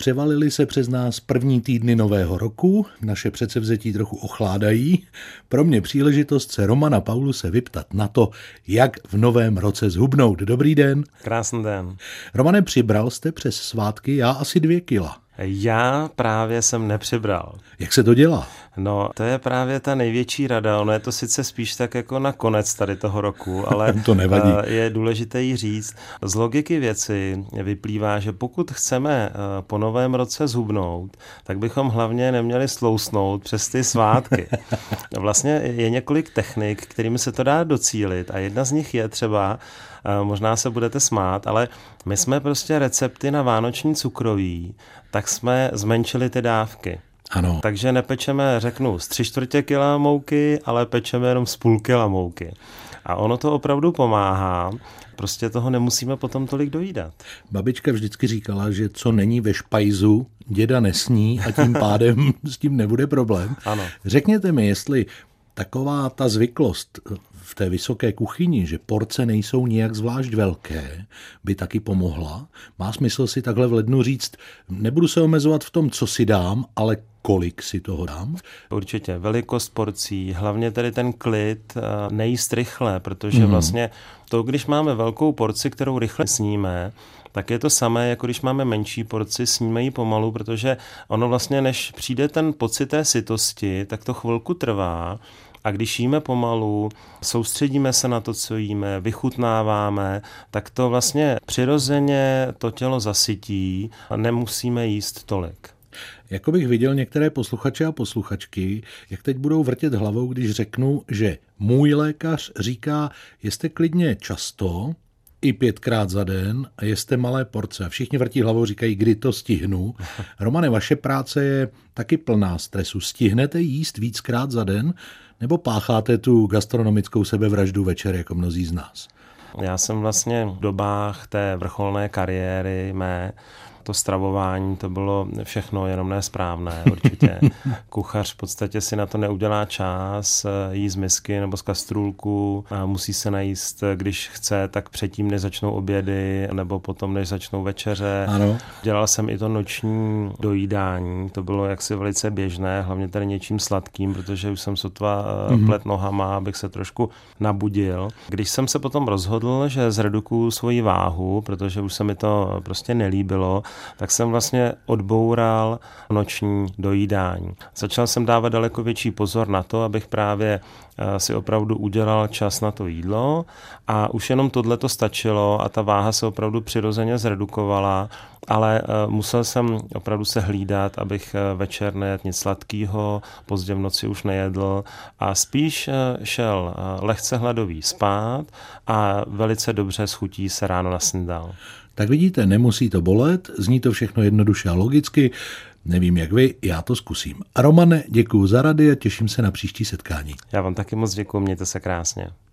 převalily se přes nás první týdny nového roku, naše předsevzetí trochu ochládají. Pro mě příležitost se Romana Pauluse vyptat na to, jak v novém roce zhubnout. Dobrý den. Krásný den. Romane, přibral jste přes svátky? Já asi 2 kila. Já právě jsem nepřibral. Jak se to dělá? No, to je právě ta největší rada. Ono je to sice spíš tak jako na konec tady toho roku, ale to nevadí. Je důležité jí říct. Z logiky věci vyplývá, že pokud chceme po novém roce zhubnout, tak bychom hlavně neměli slousnout přes ty svátky. Vlastně je několik technik, kterými se to dá docílit a jedna z nich je třeba, možná se budete smát, ale my jsme prostě recepty na vánoční cukroví, tak jsme zmenšili ty dávky. Ano. Takže nepečeme, řeknu, z 3/4 kila mouky, ale pečeme jenom z půl kila mouky. A ono to opravdu pomáhá, prostě toho nemusíme potom tolik dojídat. Babička vždycky říkala, že co není ve špajzu, děda nesní a tím pádem s tím nebude problém. Ano. Řekněte mi, jestli taková ta zvyklost v té vysoké kuchyni, že porce nejsou nijak zvlášť velké, by taky pomohla. Má smysl si takhle v lednu říct, nebudu se omezovat v tom, co si dám, ale kolik si toho dám? Určitě, velikost porcí, hlavně tedy ten klid, nejíst rychle, protože vlastně to, když máme velkou porci, kterou rychle sníme, tak je to samé, jako když máme menší porci, sníme ji pomalu, protože ono vlastně, než přijde ten pocit té sytosti, tak to chvilku trvá. A když jíme pomalu, soustředíme se na to, co jíme, vychutnáváme, tak to vlastně přirozeně to tělo zasytí a nemusíme jíst tolik. Jako bych viděl některé posluchače a posluchačky, jak teď budou vrtět hlavou, když řeknu, že můj lékař říká, jeste klidně často, i 5krát za den a jeste malé porce. A všichni vrtí hlavou, říkají, kdy to stihnu. Romane, vaše práce je taky plná stresu. Stihnete jíst víckrát za den, nebo pácháte tu gastronomickou sebevraždu večer, jako mnozí z nás? Já jsem vlastně v dobách té vrcholné kariéry mé, to stravování, to bylo všechno jenom nesprávné, určitě. Kuchař v podstatě si na to neudělá čas, jí z misky nebo z kastrůlku a musí se najíst, když chce, tak předtím, než začnou obědy, nebo potom, než začnou večeře. Ano. Dělal jsem i to noční dojídání, to bylo jaksi velice běžné, hlavně tady něčím sladkým, protože už jsem sotva plet nohama, abych se trošku nabudil. Když jsem se potom rozhodl, že zredukuju svoji váhu, protože už se mi to prostě nelíbilo, tak jsem vlastně odboural noční dojídání. Začal jsem dávat daleko větší pozor na to, abych právě si opravdu udělal čas na to jídlo a už jenom tohleto stačilo a ta váha se opravdu přirozeně zredukovala, ale musel jsem opravdu se hlídat, abych večer nejedl nic sladkého, pozdě v noci už nejedl a spíš šel lehce hladový spát a velice dobře s chutí se ráno nasnídal. Tak vidíte, nemusí to bolet, zní to všechno jednoduše a logicky. Nevím jak vy, já to zkusím. A Romane, děkuju za rady a těším se na příští setkání. Já vám taky moc děkuju, mějte se krásně.